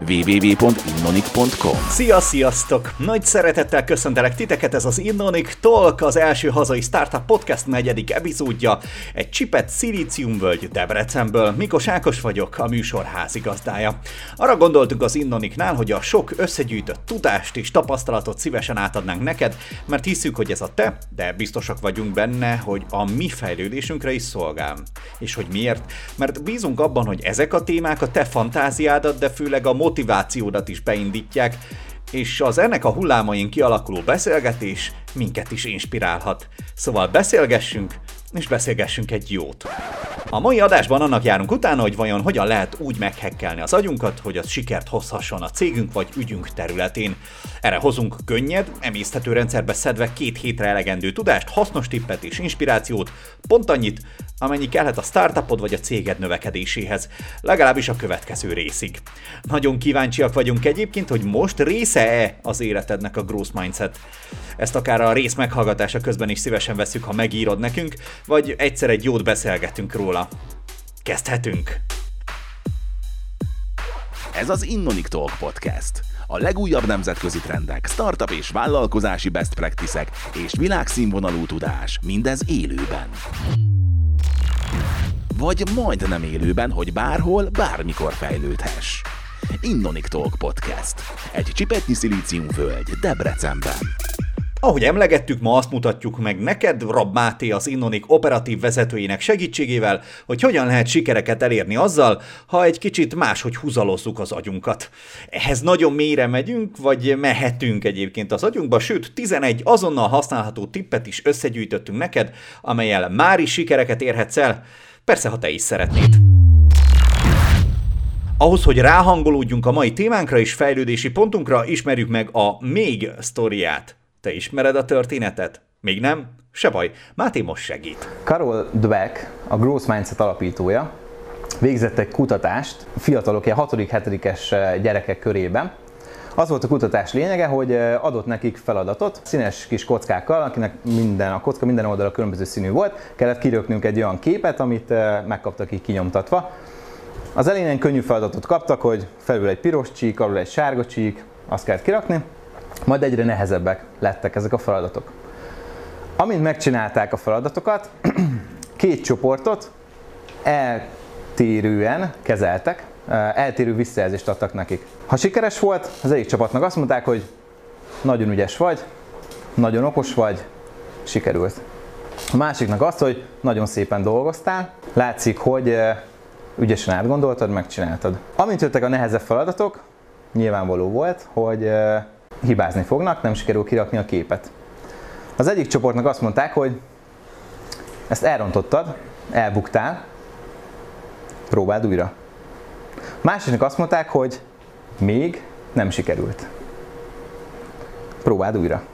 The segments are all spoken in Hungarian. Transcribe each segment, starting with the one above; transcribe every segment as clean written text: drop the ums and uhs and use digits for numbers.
www.innonic.com. Sziasztok! Nagy szeretettel köszöntelek titeket, ez az Innonic Talk, az első hazai startup podcast 4. epizódja, egy csipet szilíciumvölgy Debrecenből. Mikos Ákos vagyok, a műsor házigazdája. Arra gondoltunk az Innonicnál, hogy a sok összegyűjtött tudást és tapasztalatot szívesen átadnánk neked, mert hiszük, hogy ez a te, de biztosak vagyunk benne, hogy a mi fejlődésünkre is szolgál. És hogy miért? Mert bízunk abban, hogy ezek a témák a te fantáziádat, de főleg a motivációdat is beindítják, és az ennek a hullámain kialakuló beszélgetés minket is inspirálhat. Szóval beszélgessünk, és beszélgessünk egy jót. A mai adásban annak járunk utána, hogy vajon hogyan lehet úgy meghekkelni az agyunkat, hogy az sikert hozhasson a cégünk vagy ügyünk területén. Erre hozunk könnyed, emészthető rendszerbe szedve 2 hétre elegendő tudást, hasznos tippet és inspirációt, pont annyit, amennyi kellhet a startupod vagy a céged növekedéséhez, legalábbis a következő részig. Nagyon kíváncsiak vagyunk egyébként, hogy most része-e az életednek a Growth Mindset. Ezt akár a rész meghallgatása közben is szívesen vesszük, ha megírod nekünk, vagy egyszer egy jót beszélgetünk róla. Kezdhetünk! Ez az Innonic Talk Podcast. A legújabb nemzetközi trendek, startup és vállalkozási best practice-ek és világszínvonalú tudás, mindez élőben. Vagy majdnem élőben, hogy bárhol, bármikor fejlődhess. Innonic Talk Podcast. Egy csipetnyi szilíciumvölgy Debrecenben. Ahogy emlegettük, ma azt mutatjuk meg neked, Rab Máté, az Innonic operatív vezetőjének segítségével, hogy hogyan lehet sikereket elérni azzal, ha egy kicsit máshogy húzalozzuk az agyunkat. Ehhez nagyon mélyre megyünk, vagy mehetünk egyébként az agyunkba, sőt 11 azonnal használható tippet is összegyűjtöttünk neked, amellyel már is sikereket érhetsz el, persze ha te is szeretnéd. Ahhoz, hogy ráhangolódjunk a mai témánkra és fejlődési pontunkra, ismerjük meg a még sztoriát. Te ismered a történetet? Még nem? Se baj, Máté most segít. Carol Dweck, a Growth Mindset alapítója, végzett egy kutatást fiatalok, 6.-7. gyerekek körében. Az volt a kutatás lényege, hogy adott nekik feladatot, színes kis kockákkal, akinek a kocka minden oldala különböző színű volt, kellett kiröknünk egy olyan képet, amit megkaptak így kinyomtatva. Az elején könnyű feladatot kaptak, hogy felül egy piros csík, alul egy sárga csík, azt kellett kirakni, majd egyre nehezebbek lettek ezek a feladatok. Amint megcsinálták a feladatokat, 2 csoportot eltérően kezeltek, eltérő visszajelzést adtak nekik. Ha sikeres volt, az egyik csapatnak azt mondták, hogy nagyon ügyes vagy, nagyon okos vagy, sikerült. A másiknak azt, hogy nagyon szépen dolgoztál, látszik, hogy ügyesen átgondoltad, megcsináltad. Amint jöttek a nehezebb feladatok, nyilvánvaló volt, hogy hibázni fognak, nem sikerül kirakni a képet. Az egyik csoportnak azt mondták, hogy ezt elrontottad, elbuktál, próbáld újra. Másiknak azt mondták, hogy még nem sikerült. Próbáld újra.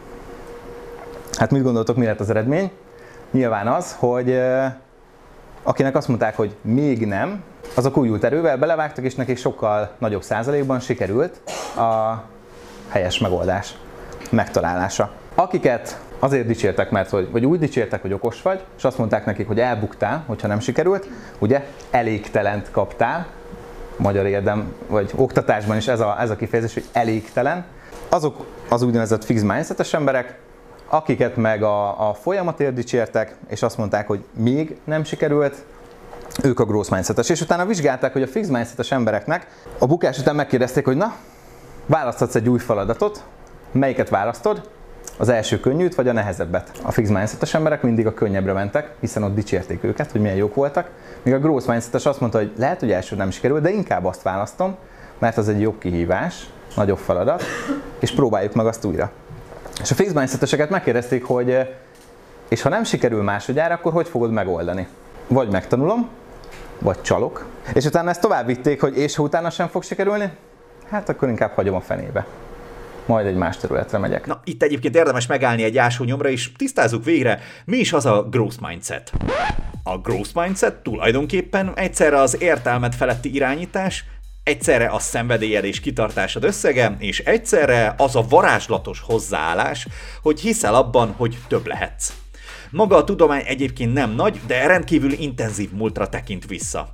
Hát mit gondoltok, mi lett az eredmény? Nyilván az, hogy akinek azt mondták, hogy még nem, azok újult erővel belevágtak, és nekik sokkal nagyobb százalékban sikerült a helyes megoldás megtalálása. Akiket azért dicsértek, vagy úgy dicsértek, hogy okos vagy, és azt mondták nekik, hogy elbuktál, hogyha nem sikerült, ugye elégtelent kaptál, magyar érdem, vagy oktatásban is ez a kifejezés, hogy elégtelen. Azok az úgynevezett fixed mindsetes emberek, akiket meg a folyamatért dicsértek, és azt mondták, hogy még nem sikerült, ők a growth mindsetes. És utána vizsgálták, hogy a fixed mindsetes embereknek a bukás után megkérdezték, hogy na, választhatsz egy új feladatot, melyiket választod? Az első könnyűt, vagy a nehezebbet? A fixed mindsetes emberek mindig a könnyebbre mentek, hiszen ott dicsérték őket, hogy milyen jók voltak. Míg a growth mindsetes azt mondta, hogy lehet, hogy első nem sikerül, de inkább azt választom, mert az egy jobb kihívás, nagyobb feladat, és próbáljuk meg azt újra. És a fixed mindseteseket megkérdezték, hogy és ha nem sikerül másodjára, akkor hogy fogod megoldani? Vagy megtanulom, vagy csalok. És utána ezt tovább vitték, hogy és ha utána sem fog sikerülni, hát akkor inkább hagyom a fenébe. Majd egy más területre megyek. Na, itt egyébként érdemes megállni egy ásónyomra, és tisztázzuk végre, mi is az a growth mindset. A growth mindset tulajdonképpen egyszerre az értelmed feletti irányítás, egyszerre a szenvedélyed és kitartásod összege, és egyszerre az a varázslatos hozzáállás, hogy hiszel abban, hogy több lehetsz. Maga a tudomány egyébként nem nagy, de rendkívül intenzív múltra tekint vissza.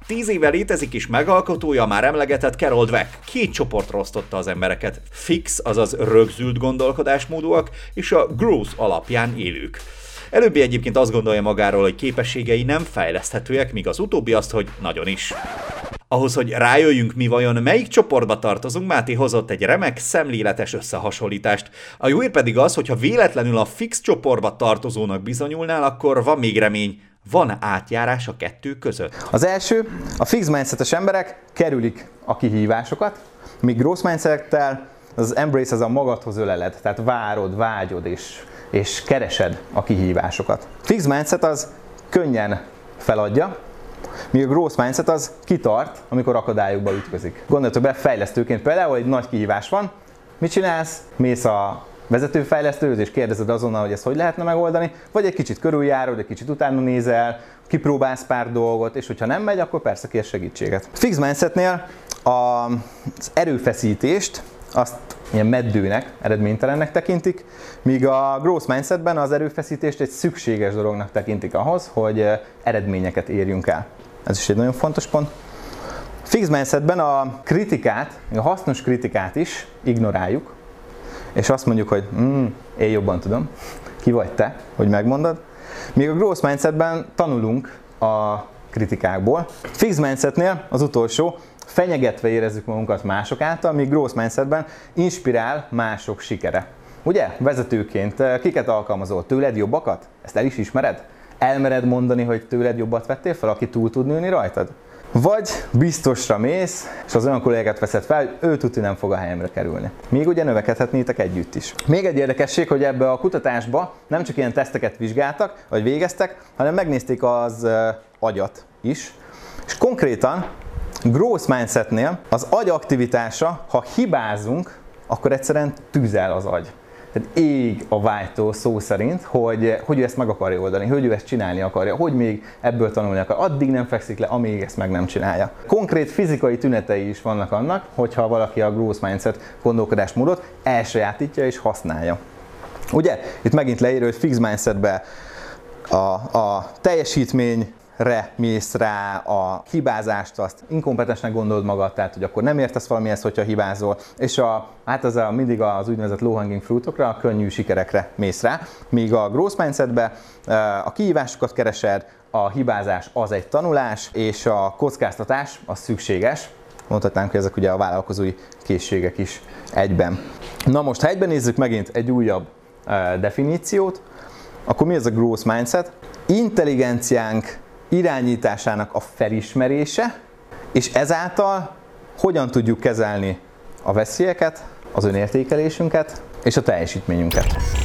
10 éve létezik és megalkotója, már emlegetett Carol Dweck 2 csoportra osztotta az embereket. Fix, azaz rögzült gondolkodásmódúak, és a growth alapján élők. Előbbi egyébként azt gondolja magáról, hogy képességei nem fejleszthetőek, míg az utóbbi azt, hogy nagyon is. Ahhoz, hogy rájöjjünk, mi vajon melyik csoportba tartozunk, Máté hozott egy remek, szemléletes összehasonlítást. A jó hír pedig az, hogy ha véletlenül a fix csoportba tartozónak bizonyulnál, akkor van még remény, van átjárás a kettő között. Az első, a fix mindsetes emberek kerülik a kihívásokat, míg growth mindsettel az embrace az a magadhoz öleled, tehát várod, vágyod és keresed a kihívásokat. Fix mindset az könnyen feladja, míg a growth mindset az kitart, amikor akadályokba ütközik. Gondoljatok be, fejlesztőként például egy nagy kihívás van, mit csinálsz? Mész a vezetőfejlesztőhöz és kérdezed azonnal, hogy ezt hogy lehetne megoldani, vagy egy kicsit körüljárod, egy kicsit utána nézel, kipróbálsz pár dolgot, és hogyha nem megy, akkor persze kérsz segítséget. Fix mindsetnél az erőfeszítést azt ilyen meddőnek, eredménytelennek tekintik, míg a growth mindsetben az erőfeszítést egy szükséges dolognak tekintik ahhoz, hogy eredményeket érjünk el. Ez is egy nagyon fontos pont. Fix mindsetben a kritikát, a hasznos kritikát is ignoráljuk, és azt mondjuk, hogy én jobban tudom, ki vagy te, hogy megmondod. Míg a growth mindsetben tanulunk a kritikákból. Fix mindsetnél az utolsó, fenyegetve érezzük magunkat mások által, míg growth mindsetben inspirál mások sikere. Ugye? Vezetőként kiket alkalmazol? Tőled jobbakat? Ezt el is ismered? Elmered mondani, hogy tőled jobbat vettél fel, aki túl tud nőni rajtad? Vagy biztosra mész, és az olyan kollégát veszed fel, hogy ő tudni nem fog a helyemre kerülni. Még ugye növekedhetnétek együtt is. Még egy érdekesség, hogy ebbe a kutatásba nem csak ilyen teszteket vizsgáltak, vagy végeztek, hanem megnézték az agyat is. És konkrétan growth mindsetnél az agy aktivitása, ha hibázunk, akkor egyszerűen tüzel az agy. Tehát ég a vágytól szó szerint, hogy ő ezt meg akarja oldani, hogy ő ezt csinálni akarja, hogy még ebből tanulni akar. Addig nem fekszik le, amíg ezt meg nem csinálja. Konkrét fizikai tünetei is vannak annak, hogyha valaki a growth mindset gondolkodásmódot elsajátítja és használja. Ugye? Itt megint leírja, hogy fix mindsetbe a teljesítmény, mész rá, a hibázást, azt inkompetensnek gondolod magad, tehát hogy akkor nem értesz valamihez, hogyha hibázol, és mindig az úgynevezett low hanging fruitokra, a könnyű sikerekre mész rá, míg a growth mindsetbe a kihívásokat keresed, a hibázás az egy tanulás, és a kockáztatás az szükséges. Mondhatnánk, hogy ezek ugye a vállalkozói készségek is egyben. Na most, ha egyben nézzük megint egy újabb definíciót, akkor mi ez a growth mindset? Intelligenciánk irányításának a felismerése, és ezáltal hogyan tudjuk kezelni a veszélyeket, az önértékelésünket és a teljesítményünket.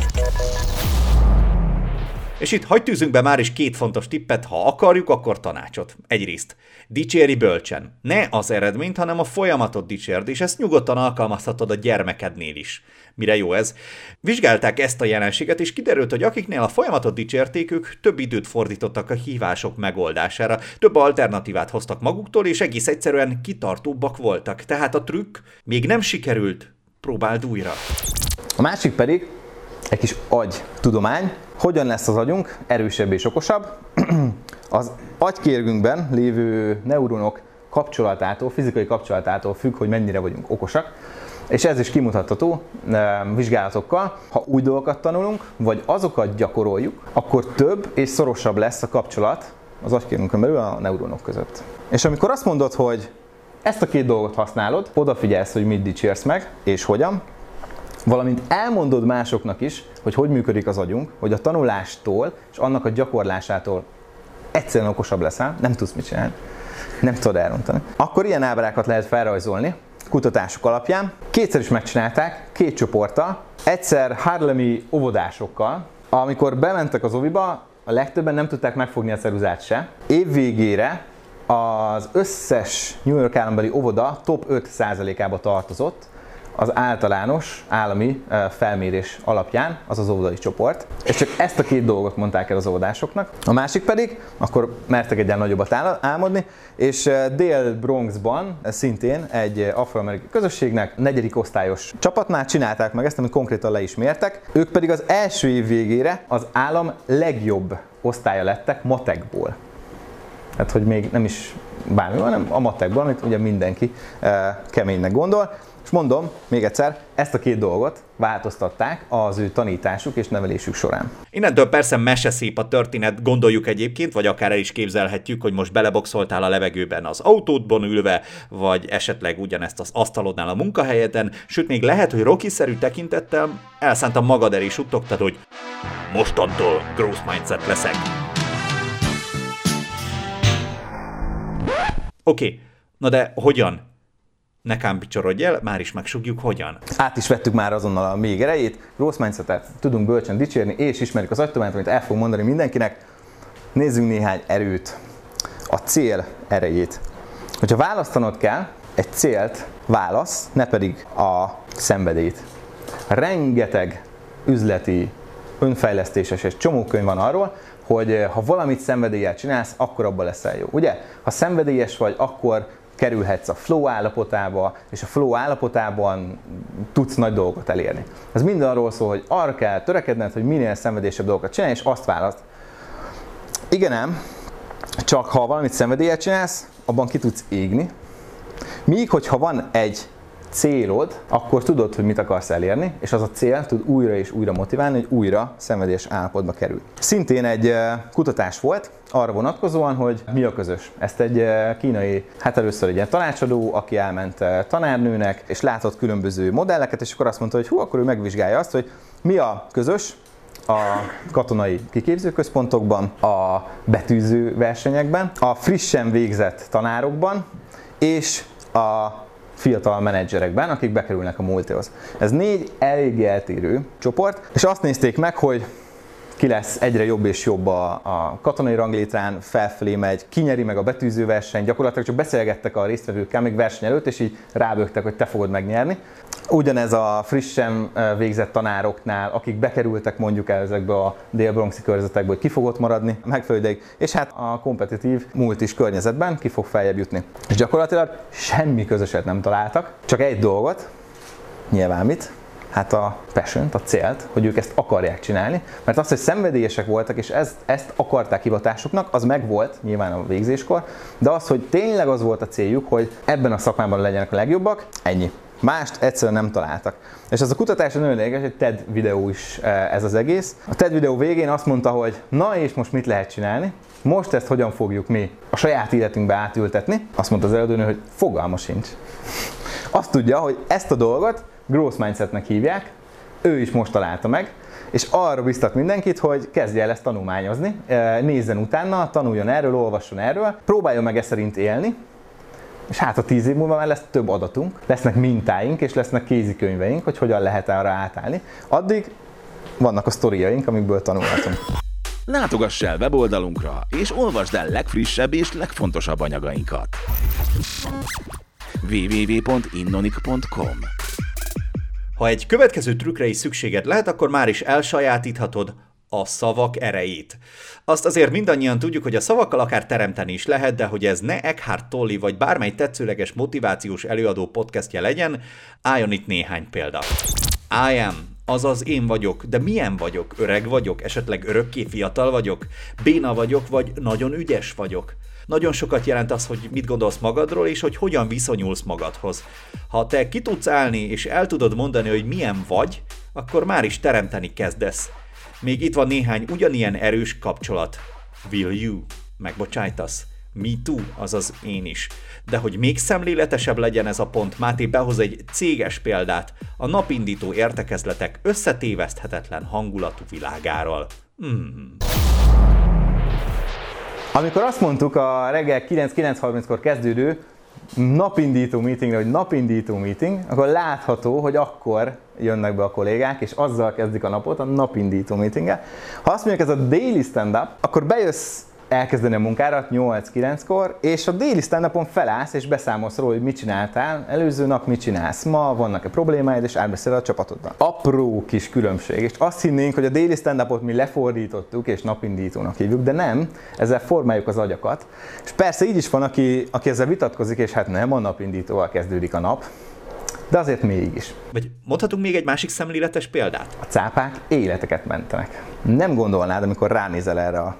És itt hadd tűzünk be már is 2 fontos tippet, ha akarjuk, akkor tanácsot. Egyrészt, dicsérj bölcsen. Ne az eredményt, hanem a folyamatot dicsérd, és ezt nyugodtan alkalmazhatod a gyermekednél is. Mire jó ez? Vizsgálták ezt a jelenséget, és kiderült, hogy akiknél a folyamatot dicsérték, ők több időt fordítottak a hívások megoldására, több alternatívát hoztak maguktól, és egész egyszerűen kitartóbbak voltak. Tehát a trükk még nem sikerült, próbáld újra. A másik pedig egy kis agytudomány. Hogyan lesz az agyunk erősebb és okosabb? Az agykérgünkben lévő neuronok kapcsolatától, fizikai kapcsolatától függ, hogy mennyire vagyunk okosak. És ez is kimutatható vizsgálatokkal, ha új dolgokat tanulunk, vagy azokat gyakoroljuk, akkor több és szorosabb lesz a kapcsolat az agykérgünkön belül a neuronok között. És amikor azt mondod, hogy ezt a 2 dolgot használod, odafigyelsz, hogy mit dicsérsz meg, és hogyan, valamint elmondod másoknak is, hogy működik az agyunk, hogy a tanulástól és annak a gyakorlásától egyszerűen okosabb leszel, nem tudsz mit csinálni, nem tudod elrontani. Akkor ilyen ábrákat lehet felrajzolni kutatások alapján. 2-szer is megcsinálták, 2 csoporttal, egyszer harlemi óvodásokkal, amikor bementek az oviba, a legtöbben nem tudták megfogni a ceruzát se. Év végére az összes New York állambeli óvoda top 5%-ába tartozott az általános állami felmérés alapján, az az óvodai csoport. És csak ezt a 2 dolgot mondták el az óvodásoknak. A másik pedig, akkor mertek egyen nagyobbat álmodni, és Dél-Bronxban szintén egy afroamerikai közösségnek 4. osztályos csapatnál csinálták meg ezt, amit konkrétan le is mértek. Ők pedig az első év végére az állam legjobb osztálya lettek matekból. Tehát, hogy még nem is bármi van, hanem a matekban, amit ugye mindenki keménynek gondol. És mondom, még egyszer, ezt a két dolgot változtatták az ő tanításuk és nevelésük során. Innentől persze meseszép a történet, gondoljuk egyébként, vagy akár el is képzelhetjük, hogy most beleboxoltál a levegőben az autódban ülve, vagy esetleg ugyanezt az asztalodnál a munkahelyeden, sőt még lehet, hogy Rocky-szerű tekintettel elszántam magad elé, és suttogtad, hogy mostantól growth mindset leszek. Oké, na de hogyan? Ne kámpicsorodj el, már is megsugjuk hogyan. Át is vettük már azonnal a még erejét, growth mindsetet tudunk bölcsen dicsérni, és ismerjük az agytudományt, amit el fogunk mondani mindenkinek. Nézzünk néhány erőt, a cél erejét. Hogyha választanod kell, egy célt válasz, ne pedig a szenvedélyt. Rengeteg üzleti, önfejlesztéses és csomó könyv van arról, hogy ha valamit szenvedéllyel csinálsz, akkor abban leszel jó. Ugye? Ha szenvedélyes vagy, akkor kerülhetsz a flow állapotába, és a flow állapotában tudsz nagy dolgokat elérni. Ez mind arról szól, hogy arra kell törekedned, hogy minél szenvedélyesebb dolgokat csinálj, és azt választ. Igen ám, csak ha valamit szenvedéllyel csinálsz, abban ki tudsz égni. Míg, hogyha van egy célod, akkor tudod, hogy mit akarsz elérni, és az a cél tud újra és újra motiválni, hogy újra szenvedélyes állapotba kerül. Szintén egy kutatás volt arra vonatkozóan, hogy mi a közös. Ezt egy kínai, hát először egy ilyen tanácsadó, aki elment tanárnőnek, és látott különböző modelleket, és akkor azt mondta, hogy akkor ő megvizsgálja azt, hogy mi a közös a katonai kiképzőközpontokban, a betűző versenyekben, a frissen végzett tanárokban, és a fiatal menedzserekben, akik bekerülnek a multihoz. Ez 4 elég eltérő csoport, és azt nézték meg, hogy ki lesz egyre jobb és jobb a katonai ranglétrán, felfelé megy, ki nyeri meg a betűző verseny, gyakorlatilag csak beszélgettek a résztvevőkkel még verseny előtt, és így rábögtek, hogy te fogod megnyerni. Ugyanez a frissen végzett tanároknál, akik bekerültek mondjuk ezekbe a dél-bronxi körzetekbe, hogy ki fog ott maradni megfelelő ideig, és hát a kompetitív multis környezetben ki fog feljebb jutni. És gyakorlatilag semmi közöset nem találtak, csak egy dolgot, nyilván mit? Hát a passion-t, a célt, hogy ők ezt akarják csinálni, mert az, hogy szenvedélyesek voltak, és ezt akarták hivatásuknak, az megvolt nyilván a végzéskor, de az, hogy tényleg az volt a céljuk, hogy ebben a szakmában legyenek a legjobbak, ennyi. Mást egyszerűen nem találtak. És ez a kutatás nagyon érdekes, egy TED videó is ez az egész. A TED videó végén azt mondta, hogy na és most mit lehet csinálni? Most ezt hogyan fogjuk mi a saját életünkbe átültetni? Azt mondta az előadónő, hogy fogalma sincs. Azt tudja, hogy ezt a dolgot growth mindsetnek hívják, ő is most találta meg, és arra biztat mindenkit, hogy kezdje el ezt tanulmányozni, nézzen utána, tanuljon erről, olvasson erről, próbáljon meg e szerint élni, és hát a 10 év múlva már lesz több adatunk, lesznek mintáink, és lesznek kézikönyveink, hogy hogyan lehet arra átállni. Addig vannak a sztoriaink, amikből tanulhatunk. Látogass el weboldalunkra, és olvasd el legfrissebb és legfontosabb anyagainkat. www.innonic.com. Ha egy következő trükkre is szükséged lehet, akkor már is elsajátíthatod a szavak erejét. Azt azért mindannyian tudjuk, hogy a szavakkal akár teremteni is lehet, de hogy ez ne Eckhart Tolle vagy bármely tetszőleges motivációs előadó podcastja legyen, álljon itt néhány példa. I am, azaz én vagyok, de milyen vagyok? Öreg vagyok? Esetleg örökké fiatal vagyok? Béna vagyok, vagy nagyon ügyes vagyok? Nagyon sokat jelent az, hogy mit gondolsz magadról, és hogy hogyan viszonyulsz magadhoz. Ha te ki tudsz állni, és el tudod mondani, hogy milyen vagy, akkor már is teremteni kezdesz. Még itt van néhány ugyanilyen erős kapcsolat. Will you? Megbocsájtasz? Me too, azaz én is. De hogy még szemléletesebb legyen ez a pont, Máté behoz egy céges példát a napindító értekezletek összetéveszthetetlen hangulatú világáról. Amikor azt mondtuk a reggel 9-9:30-kor kezdődő napindító meetingre, hogy napindító meeting, akkor látható, hogy akkor jönnek be a kollégák, és azzal kezdik a napot, a napindító meetinggel. Ha azt mondjuk, ez a daily stand-up, akkor bejössz elkezdeni a munkára 8-9-kor, és a daily stand-upon felállsz, és beszámolsz róla, hogy mit csináltál, előző nap mit csinálsz, ma vannak-e problémáid, és átbeszél a csapatoddal. Apró kis különbség, és azt hinnénk, hogy a daily stand-upot mi lefordítottuk, és napindítónak hívjuk, de nem, ezzel formáljuk az agyakat. És persze így is van, aki ezzel vitatkozik, és hát nem a napindítóval kezdődik a nap, de azért mégis. Vagy mondhatunk még egy másik szemléletes példát? A cápák életeket mentenek. Nem gondolnád, amikor ránézel erre a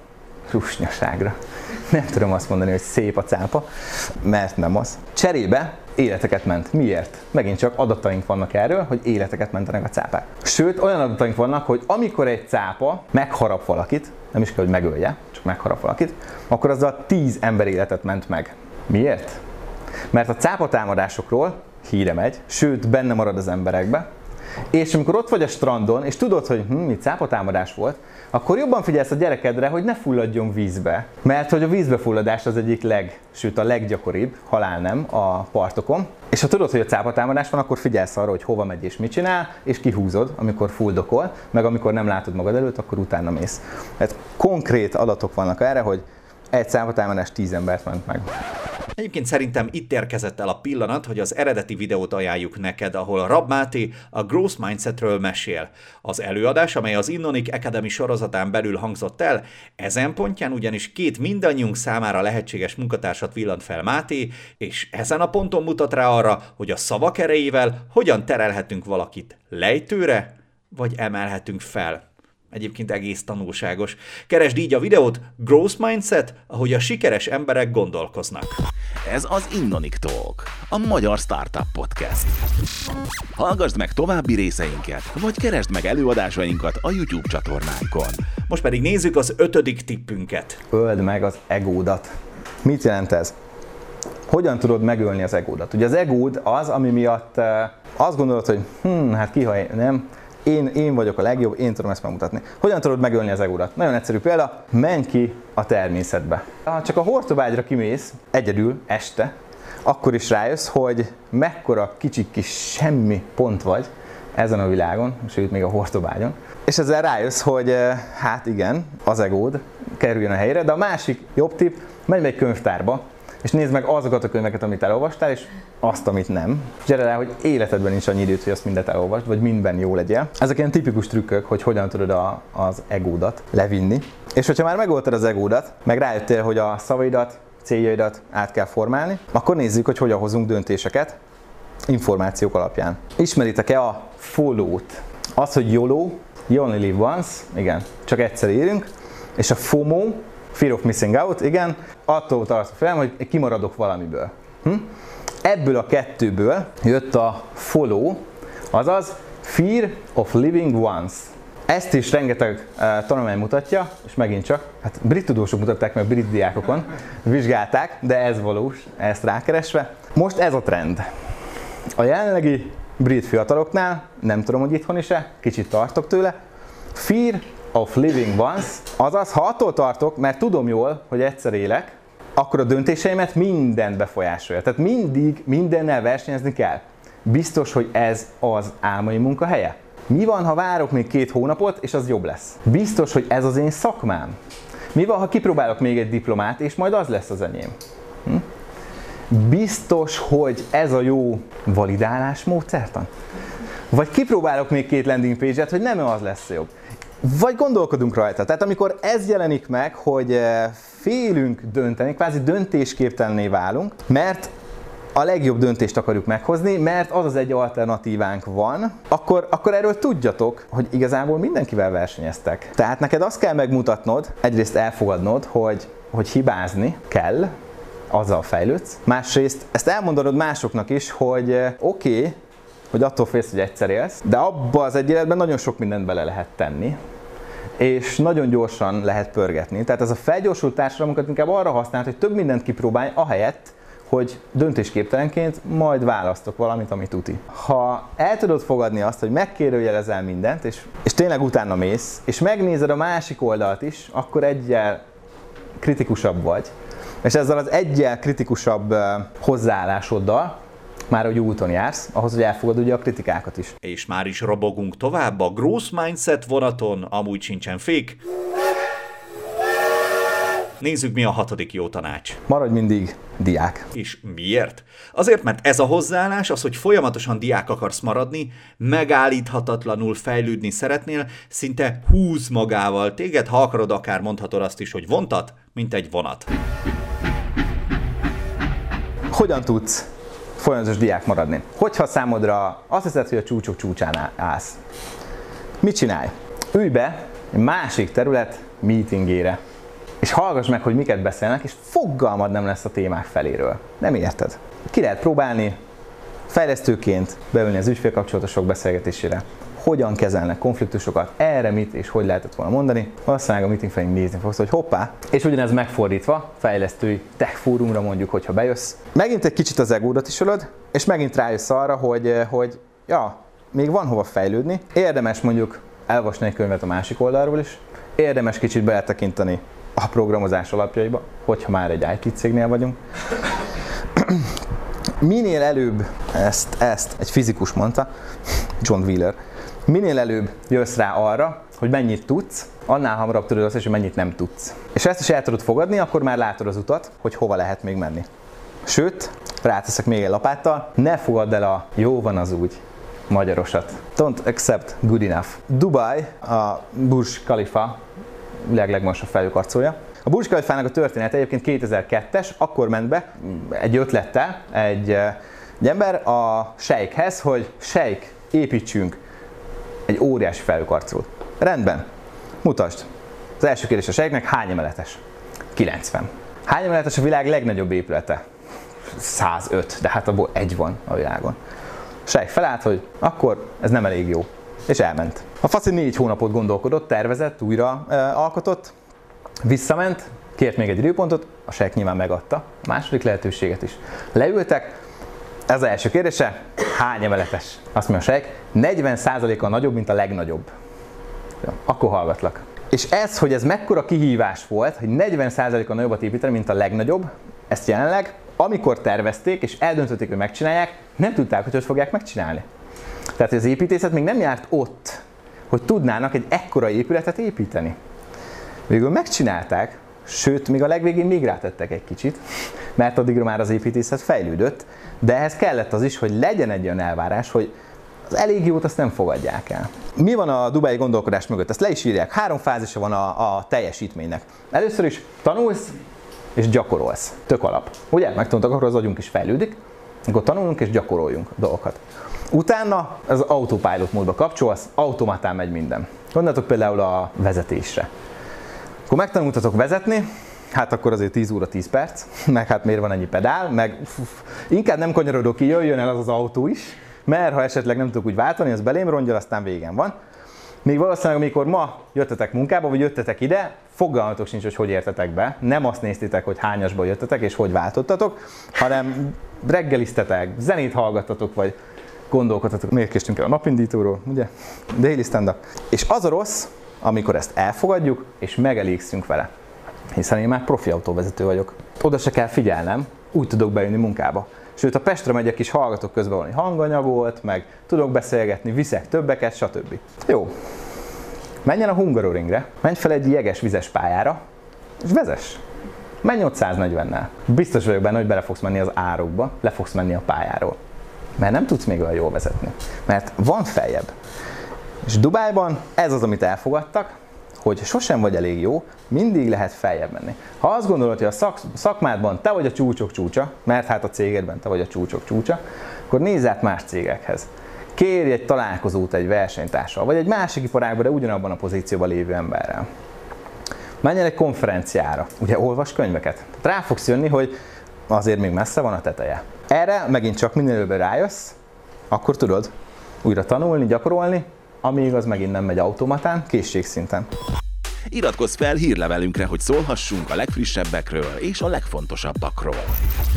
Rusnyaságra. Nem tudom azt mondani, hogy szép a cápa, mert nem az. Cserébe életeket ment. Miért? Megint csak adataink vannak erről, hogy életeket mentenek a cápák. Sőt, olyan adataink vannak, hogy amikor egy cápa megharap valakit, nem is kell, hogy megölje, csak megharap valakit, akkor azzal 10 ember életet ment meg. Miért? Mert a cápatámadásokról híre megy, sőt, benne marad az emberekbe, és amikor ott vagy a strandon, és tudod, hogy itt cápatámadás volt, akkor jobban figyelsz a gyerekedre, hogy ne fulladjon vízbe. Mert hogy a vízbefulladás az egyik sőt a leggyakoribb halálnem a partokon. És ha tudod, hogy a cápatámadás van, akkor figyelsz arra, hogy hova megy és mit csinál, és kihúzod, amikor fuldokol, meg amikor nem látod magad előtt, akkor utána mész. Tehát konkrét adatok vannak erre, hogy egy cápatámadás 10 embert ment meg. Egyébként szerintem itt érkezett el a pillanat, hogy az eredeti videót ajánljuk neked, ahol Rab Máté a Growth Mindsetről mesél. Az előadás, amely az Innonic Academy sorozatán belül hangzott el, ezen pontján ugyanis 2 mindannyiunk számára lehetséges munkatársat villant fel Máté, és ezen a ponton mutat rá arra, hogy a szavak erejével hogyan terelhetünk valakit lejtőre, vagy emelhetünk fel. Egyébként egész tanulságos. Keresd így a videót, Growth Mindset, ahogy a sikeres emberek gondolkoznak. Ez az Innonic Talk, a magyar startup podcast. Hallgassd meg további részeinket, vagy keresd meg előadásainkat a YouTube csatornánkon. Most pedig nézzük az 5. tippünket. Öld meg az egódat. Mit jelent ez? Hogyan tudod megölni az egódat? Ugye az egód az, ami miatt azt gondolod, hogy hát ki, ha nem... Én vagyok a legjobb, én tudom ezt megmutatni. Hogyan tudod megölni az egódat? Nagyon egyszerű példa, menj ki a természetbe. Ha csak a hortobágyra kimész egyedül este, akkor is rájössz, hogy mekkora kicsi kis semmi pont vagy ezen a világon, sőt még a hortobágyon. És ezzel rájössz, hogy hát igen, az egód kerüljön a helyre, de a másik jobb tipp, menj meg egy könyvtárba, és nézd meg azokat a könyveket, amit elolvastál, és azt, amit nem. Gyere rá, hogy életedben nincs annyi időt, hogy azt mindet elolvasd, vagy mindben jó legyél. Ezek ilyen tipikus trükkök, hogy hogyan tudod az egódat levinni. És hogyha már megoldtad az egódat, meg rájöttél, hogy a szavaidat, céljaidat át kell formálni, akkor nézzük, hogy hogyan hozunk döntéseket információk alapján. Ismeritek-e a FOLO-t? Az, hogy YOLO, you only live once, igen, csak egyszer élünk, és a FOMO, Fear of Missing Out, igen, attól tartok fel, hogy kimaradok valamiből. Ebből a kettőből jött a follow, azaz Fear of Living Once. Ezt is rengeteg tanulmány mutatja, és megint csak, hát brit tudósok mutatták meg brit diákokon, vizsgálták, de ez valós, ezt rákeresve. Most ez a trend. A jelenlegi brit fiataloknál, nem tudom, hogy itthon is-e, kicsit tartok tőle, Fear of Living Once, azaz, ha attól tartok, mert tudom jól, hogy egyszer élek, akkor a döntéseimet mindent befolyásolja. Tehát mindig mindennel versenyezni kell. Biztos, hogy ez az álmai munkahelye? Mi van, ha várok még 2 hónapot, és az jobb lesz? Biztos, hogy ez az én szakmám? Mi van, ha kipróbálok még egy diplomát, és majd az lesz az enyém? Biztos, hogy ez a jó validálás módszertan? Vagy kipróbálok még 2 landing page-et, hogy nem az lesz jobb? Vagy gondolkodunk rajta. Tehát amikor ez jelenik meg, hogy félünk dönteni, kvázi döntésképtelenné válunk, mert a legjobb döntést akarjuk meghozni, mert az az egy alternatívánk van, akkor erről tudjatok, hogy igazából mindenkivel versenyeztek. Tehát neked azt kell megmutatnod, egyrészt elfogadnod, hogy hibázni kell, azzal fejlődsz. Másrészt ezt elmondanod másoknak is, hogy oké, hogy attól félsz, hogy egyszer élsz, de abba az egy életben nagyon sok mindent bele lehet tenni, és nagyon gyorsan lehet pörgetni. Tehát ez a felgyorsult társadalmunkat inkább arra használt, hogy több mindent kipróbálj, ahelyett, hogy döntésképtelenként majd választok valamit, ami tuti. Ha el tudod fogadni azt, hogy megkérdőjelezel mindent, és tényleg utána mész, és megnézed a másik oldalt is, akkor egyel kritikusabb vagy. És ezzel az egyel kritikusabb hozzáállásoddal már hogy úton jársz, ahhoz, hogy elfogad ugye a kritikákat is. És már is robogunk tovább a Growth Mindset vonaton, amúgy sincsen fék. Nézzük, mi a 6. jó tanács. Maradj mindig diák. És miért? Azért, mert ez a hozzáállás, az, hogy folyamatosan diák akarsz maradni, megállíthatatlanul fejlődni szeretnél, szinte húz magával téged, ha akarod, akár mondhatod azt is, hogy vontat, mint egy vonat. Hogyan tudsz folyamatos diák maradni? Hogyha számodra azt hiszed, hogy a csúcsok csúcsán állsz, mit csinálj? Ülj be egy másik terület meetingére, és hallgass meg, hogy miket beszélnek, és fogalmad nem lesz a témák feléről. Nem érted. Ki lehet próbálni fejlesztőként beülni az ügyfélkapcsolatosok beszélgetésére, hogyan kezelnek konfliktusokat, erre mit és hogy lehetett volna mondani. Valószínűleg a meeting felé nézni fogsz, hogy hoppá. És ugyanez megfordítva, fejlesztői tech fórumra mondjuk, hogyha bejössz. Megint egy kicsit az egódat is ölöd, és megint rájössz arra, hogy még van hova fejlődni. Érdemes mondjuk elolvasni egy könyvet a másik oldalról is. Érdemes kicsit beletekinteni a programozás alapjaiba, hogyha már egy IT cégnél vagyunk. Minél előbb, ezt egy fizikus mondta, John Wheeler, minél előbb jössz rá arra, hogy mennyit tudsz, annál hamarabb tudod azt is, hogy mennyit nem tudsz. És ezt is el tudod fogadni, akkor már látod az utat, hogy hova lehet még menni. Sőt, ráteszek még egy lapáttal, ne fogadd el a jó van az úgy magyarosat. Don't accept good enough. Dubai, a Burj Khalifa legmagasabb felhőkarcolja. A Burj Khalifának a története egyébként 2002-es, akkor ment be egy ötlettel egy ember a sejkhez, hogy sejk, építsünk egy óriási felhőkarcolót. Rendben, mutasd. Az első kérdés a sejknek, hány emeletes? 90. Hány emeletes a világ legnagyobb épülete? 105, de hát abból egy van a világon. A sejk felállt, hogy akkor ez nem elég jó, és elment. A faci 4 hónapot gondolkodott, tervezett, újra alkotott, visszament, kért még egy időpontot, a sejk nyilván megadta a második lehetőséget is. Leültek, ez az első kérdése, hány emeletes? Azt mondja a sejk, 40%-kal nagyobb, mint a legnagyobb. Jó, akkor hallgatlak. És ez, hogy ez mekkora kihívás volt, hogy 40%-kal nagyobbat építeni, mint a legnagyobb, ezt jelenleg, amikor tervezték és eldöntötték, hogy megcsinálják, nem tudták, hogy fogják megcsinálni. Tehát az építészet még nem járt ott, hogy tudnának egy ekkora épületet építeni. Végül megcsinálták, sőt, még a legvégén még rátettek egy kicsit, mert addigra már az építészet fejlődött, de ehhez kellett az is, hogy legyen egy olyan elvárás, hogy az elég jót azt nem fogadják el. Mi van a dubai gondolkodás mögött? Ezt le is írják. 3 fázisa van a teljesítménynek. Először is tanulsz és gyakorolsz. Tök alap. Ugye? Megtanultak, akkor az agyunk is fejlődik, akkor tanulunk és gyakoroljunk dolgokat. Utána az autopilot módba kapcsolsz, automatán megy minden. Gondoljatok például a vezetésre. Akkor megtanultatok vezetni, hát akkor azért 10 óra 10 perc, meg hát miért van ennyi pedál, meg inkább nem kanyarodok ki, jöjjön el az az autó is, mert ha esetleg nem tudok úgy váltani, az belém rongyol, aztán végem van. Még valószínűleg, amikor ma jöttetek munkába, vagy jöttetek ide, fogalmatok sincs, hogy értetek be. Nem azt néztétek, hogy hányasból jöttetek, és hogy váltottatok, hanem reggeliztetek, zenét hallgattatok, vagy gondolkodtatok. Miért késtünk el a napindítóról, ugye? Daily stand-up. És az a rossz, amikor ezt elfogadjuk, és megelégszünk vele. Hiszen én már profi autóvezető vagyok. Oda se kell figyelnem, úgy tudok bejönni munkába. Sőt, ha Pestre megyek is, hallgatok közben valami hanganyagot, meg tudok beszélgetni, viszek többeket, stb. Jó. Menjen a Hungaroringre, menj fel egy jeges vizes pályára, és vezess. Menj 540-nel. Biztos vagyok benne, hogy bele fogsz menni az árokba, le fogsz menni a pályáról. Mert nem tudsz még olyan jól vezetni. Mert van feljebb. És Dubájban ez az, amit elfogadtak, hogy sosem vagy elég jó, mindig lehet feljebb menni. Ha azt gondolod, hogy a szakmádban te vagy a csúcsok csúcsa, mert hát a cégedben te vagy a csúcsok csúcsa, akkor nézz át más cégekhez. Kérj egy találkozót egy versenytársal, vagy egy másik iparágban, de ugyanabban a pozícióban lévő emberrel. Menj el egy konferenciára, ugye olvas könyveket. Rá fogsz jönni, hogy azért még messze van a teteje. Erre megint csak minél előbb rájössz, akkor tudod újra tanulni, gyakorolni, amíg az megint nem megy automatán, készségszinten. Iratkozz fel hírlevelünkre, hogy szólhassunk a legfrissebbekről és a legfontosabbakról.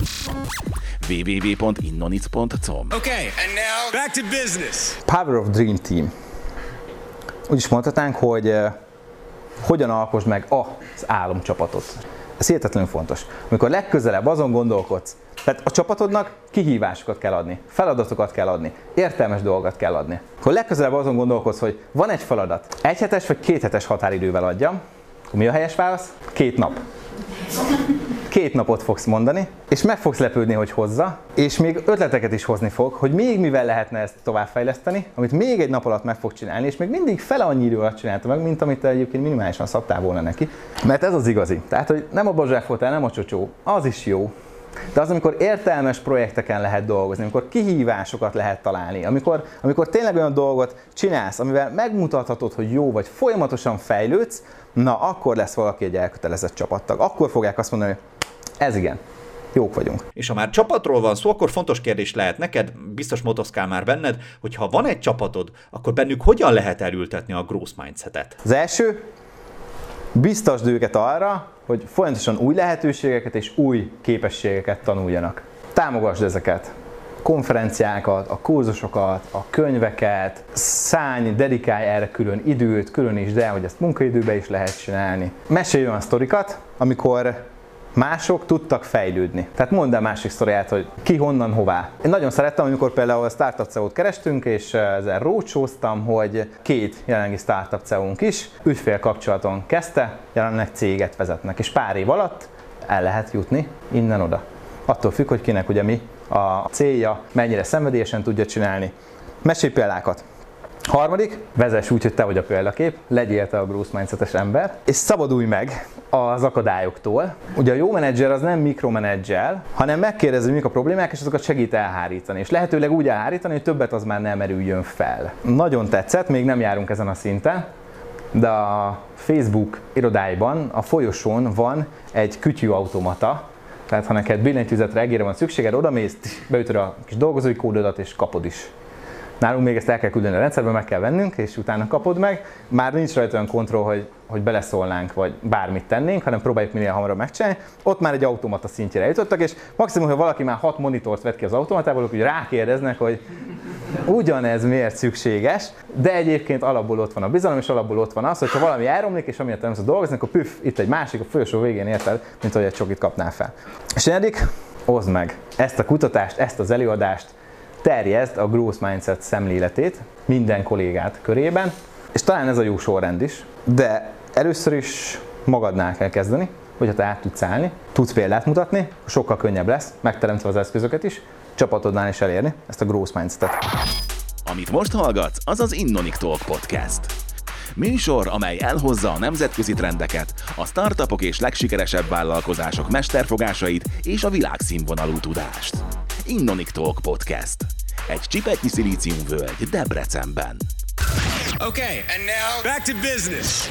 www.innonic.com. Okay, and now back to business. Power of Dream Team. Úgy is mondhatnánk, hogy hogyan alkosd meg az álomcsapatot. Ez hihetetlenül fontos. Amikor legközelebb azon gondolkodsz, tehát a csapatodnak kihívásokat kell adni, feladatokat kell adni, értelmes dolgokat kell adni. Akkor legközelebb azon gondolkodsz, hogy van egy feladat, 1 hetes vagy 2 hetes határidővel adjam, akkor mi a helyes válasz? 2 nap. 2 napot fogsz mondani, és meg fogsz lepődni, hogy hozza, és még ötleteket is hozni fog, hogy még mivel lehetne ezt továbbfejleszteni, amit még egy nap alatt meg fog csinálni, és még mindig fele annyi idő alatt csinálta meg, mint amit te egyébként minimálisan szabtál volna neki. Mert ez az igazi. Tehát, hogy nem a bazsák voltál, nem a csocsó, az is jó. De az, amikor értelmes projekteken lehet dolgozni, amikor kihívásokat lehet találni, amikor tényleg olyan dolgot csinálsz, amivel megmutathatod, hogy jó vagy, folyamatosan fejlődsz, na akkor lesz valaki egy elkötelezett csapattag. Akkor fogják azt mondani, hogy ez igen, jók vagyunk. És ha már csapatról van szó, akkor fontos kérdés lehet neked, biztos motoszkál már benned, hogy ha van egy csapatod, akkor bennük hogyan lehet elültetni a growth mindsetet? Az első, biztasd őket arra, hogy folyamatosan új lehetőségeket és új képességeket tanuljanak. Támogasd ezeket. Konferenciákat, a kurzusokat, a könyveket, dedikálj erre külön időt, különítsd el, hogy ezt munkaidőben is lehet csinálni. Mesélj olyan sztorikat, amikor mások tudtak fejlődni. Tehát mondd el másik sztoriát, hogy ki honnan hová. Én nagyon szerettem, amikor például a Startup CEO-t kerestünk, és ezzel roadshow-ztam, hogy 2 jelenlegi Startup CEO-nk is ügyfélkapcsolaton kezdte, jelenleg céget vezetnek, és pár év alatt el lehet jutni innen-oda. Attól függ, hogy kinek ugye mi a célja, mennyire szenvedélyesen tudja csinálni. Mesélj példákat. Harmadik, vezess úgy, hogy te vagy a példakép, legyél te a growth mindsetes ember, és szabadulj meg az akadályoktól. Ugye a jó menedzser az nem mikromenedzsel, hanem megkérdezi, hogy mik a problémák, és azokat segít elhárítani. És lehetőleg úgy elhárítani, hogy többet az már nem merüljön fel. Nagyon tetszett, még nem járunk ezen a szinten, de a Facebook irodáiban, a folyosón van egy kütyűautomata, tehát ha neked billentyűzetre, egérre van szükséged, odamész, beütöd a kis dolgozói kódodat és kapod is. Nálunk még ezt el kell küldeni a rendszerbe, meg kell vennünk, és utána kapod meg. Már nincs rajta olyan kontroll, hogy beleszólnánk, vagy bármit tennénk, hanem próbáljuk minél hamarabb megcsinálni. Ott már egy automata szintjére jutottak, és maximum, ha valaki már 6 monitort vett ki az automatából, akkor rákérdeznek, hogy ugyanez miért szükséges, de egyébként alapból ott van a bizalom, és alapból ott van az, hogy ha valami elromlik, és amiatt nem tudsz dolgozni, akkor püff, itt egy másik, a folyosó végén érted, mint hogy egy csokit kapnál fel. És negyedik, oszd meg ezt a kutatást, ezt az előadást, terjeszd a growth mindset szemléletét minden kollégát körében, és talán ez a jó sorrend is, de először is magadnál kell kezdeni, hogyha te át tudsz állni, tudsz példát mutatni, sokkal könnyebb lesz, megteremtve az eszközöket is, csapatodnál is elérni ezt a growth mindsetet. Amit most hallgatsz, az az Innonic Talk Podcast. Műsor, amely elhozza a nemzetközi trendeket, a startupok és legsikeresebb vállalkozások mesterfogásait és a világszínvonalú tudást. Innonic Talk Podcast. Egy csipetnyi szilíciumvölgy Debrecenben. Okay, and now back to business.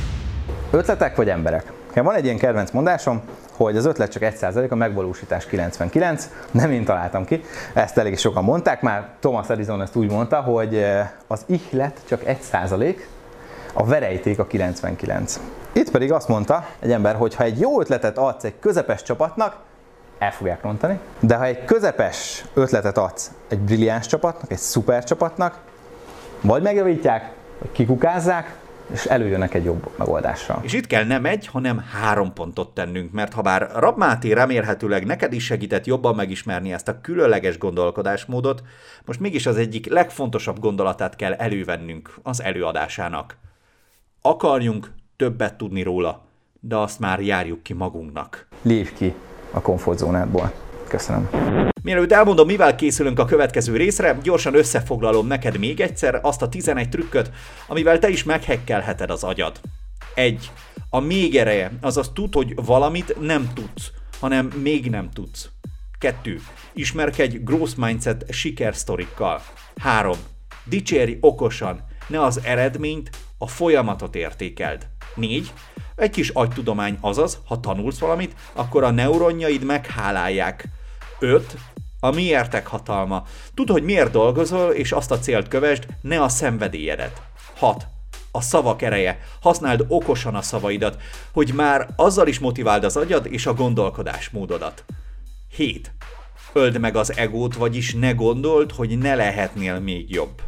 Ötletek vagy emberek? Van egy ilyen kedvenc mondásom, hogy az ötlet csak 1%, a megvalósítás 99%. Nem én találtam ki, ezt elég sokan mondták, már Thomas Edison ezt úgy mondta, hogy az ihlet csak 1%, a verejték a 99%. Itt pedig azt mondta egy ember, hogy ha egy jó ötletet adsz egy közepes csapatnak, el fogják rontani, de ha egy közepes ötletet adsz egy brilliáns csapatnak, egy szuper csapatnak, vagy megjavítják, vagy kikukázzák, és előjönnek egy jobb megoldással. És itt kell nem 1, hanem 3 pontot tennünk, mert ha bár Rab Máté remélhetőleg neked is segített jobban megismerni ezt a különleges gondolkodásmódot, most mégis az egyik legfontosabb gondolatát kell elővennünk az előadásának. Akarjunk többet tudni róla, de azt már járjuk ki magunknak. Lépj ki a komfortzónádból. Köszönöm. Mielőtt elmondom, mivel készülünk a következő részre, gyorsan összefoglalom neked még egyszer azt a 11 trükköt, amivel te is meghekkelheted az agyad. 1. A még ereje, azaz tudd, hogy valamit nem tudsz, hanem még nem tudsz. 2. Ismerkedj growth mindset sikersztorikkal. 3. Dicsérj okosan, ne az eredményt, a folyamatot értékeld. 4. Egy kis agytudomány, azaz, ha tanulsz valamit, akkor a neuronjaid meghálálják. 5. A miértek hatalma. Tudd, hogy miért dolgozol, és azt a célt kövesd, ne a szenvedélyedet. 6. A szavak ereje. Használd okosan a szavaidat, hogy már azzal is motiváld az agyad és a gondolkodásmódodat. 7. Öld meg az egót, vagyis ne gondold, hogy ne lehetnél még jobb.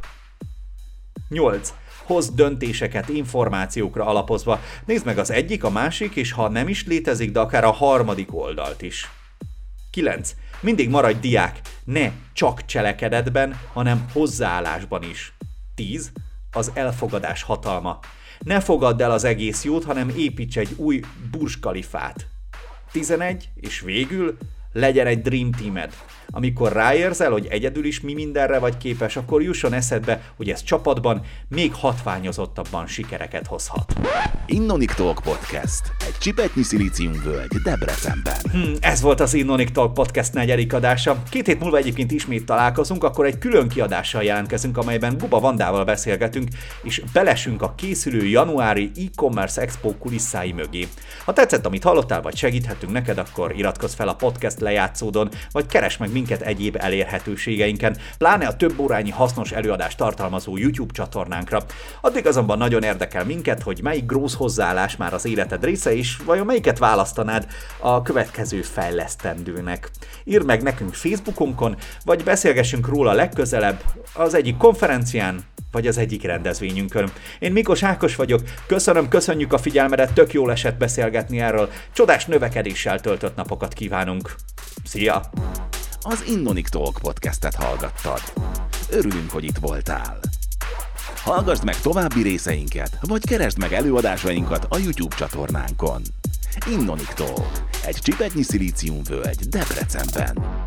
8. Hozz döntéseket információkra alapozva. Nézd meg az egyik, a másik, és ha nem is létezik, de akár a harmadik oldalt is. 9. Mindig maradj diák, ne csak cselekedetben, hanem hozzáállásban is. 10. Az elfogadás hatalma. Ne fogadd el az egész jót, hanem építs egy új Burj Khalifát. 11. És végül legyen egy Dream Teamed. amikor ráérzel, hogy egyedül is mi mindenre vagy képes, akkor jusson eszedbe, hogy ez csapatban még hatványozottabban sikereket hozhat. Innonic Talk Podcast. Egy csipetnyi szilíciumvölgy Debrecenben. Ez volt az Innonic Talk Podcast 4. adása. 2 hét múlva egyébként ismét találkozunk, akkor egy külön kiadással jelentkezünk, amelyben Buba Vandával beszélgetünk, és belesünk a készülő januári e-commerce expo kulisszái mögé. Ha tetszett, amit hallottál, vagy segíthetünk neked, akkor iratkozz fel a podcast lejátszódon, vagy keresd meg minket egyéb elérhetőségeinken, pláne a több órányi hasznos előadást tartalmazó YouTube csatornánkra. Addig azonban nagyon érdekel minket, hogy melyik growth hozzáállás már az életed része, és vajon melyiket választanád a következő fejlesztendőnek. Írd meg nekünk Facebookunkon, vagy beszélgessünk róla legközelebb az egyik konferencián, vagy az egyik rendezvényünkön. Én Mikos Ákos vagyok, köszönjük a figyelmedet, tök jól esett beszélgetni erről, csodás növekedéssel töltött napokat kívánunk. Szia! Az Innonic Talk Podcastet hallgattad. Örülünk, hogy itt voltál. Hallgassd meg további részeinket, vagy keresd meg előadásainkat a YouTube csatornánkon. Innonic Talk, egy csipetnyi szilíciumvölgy Debrecenben.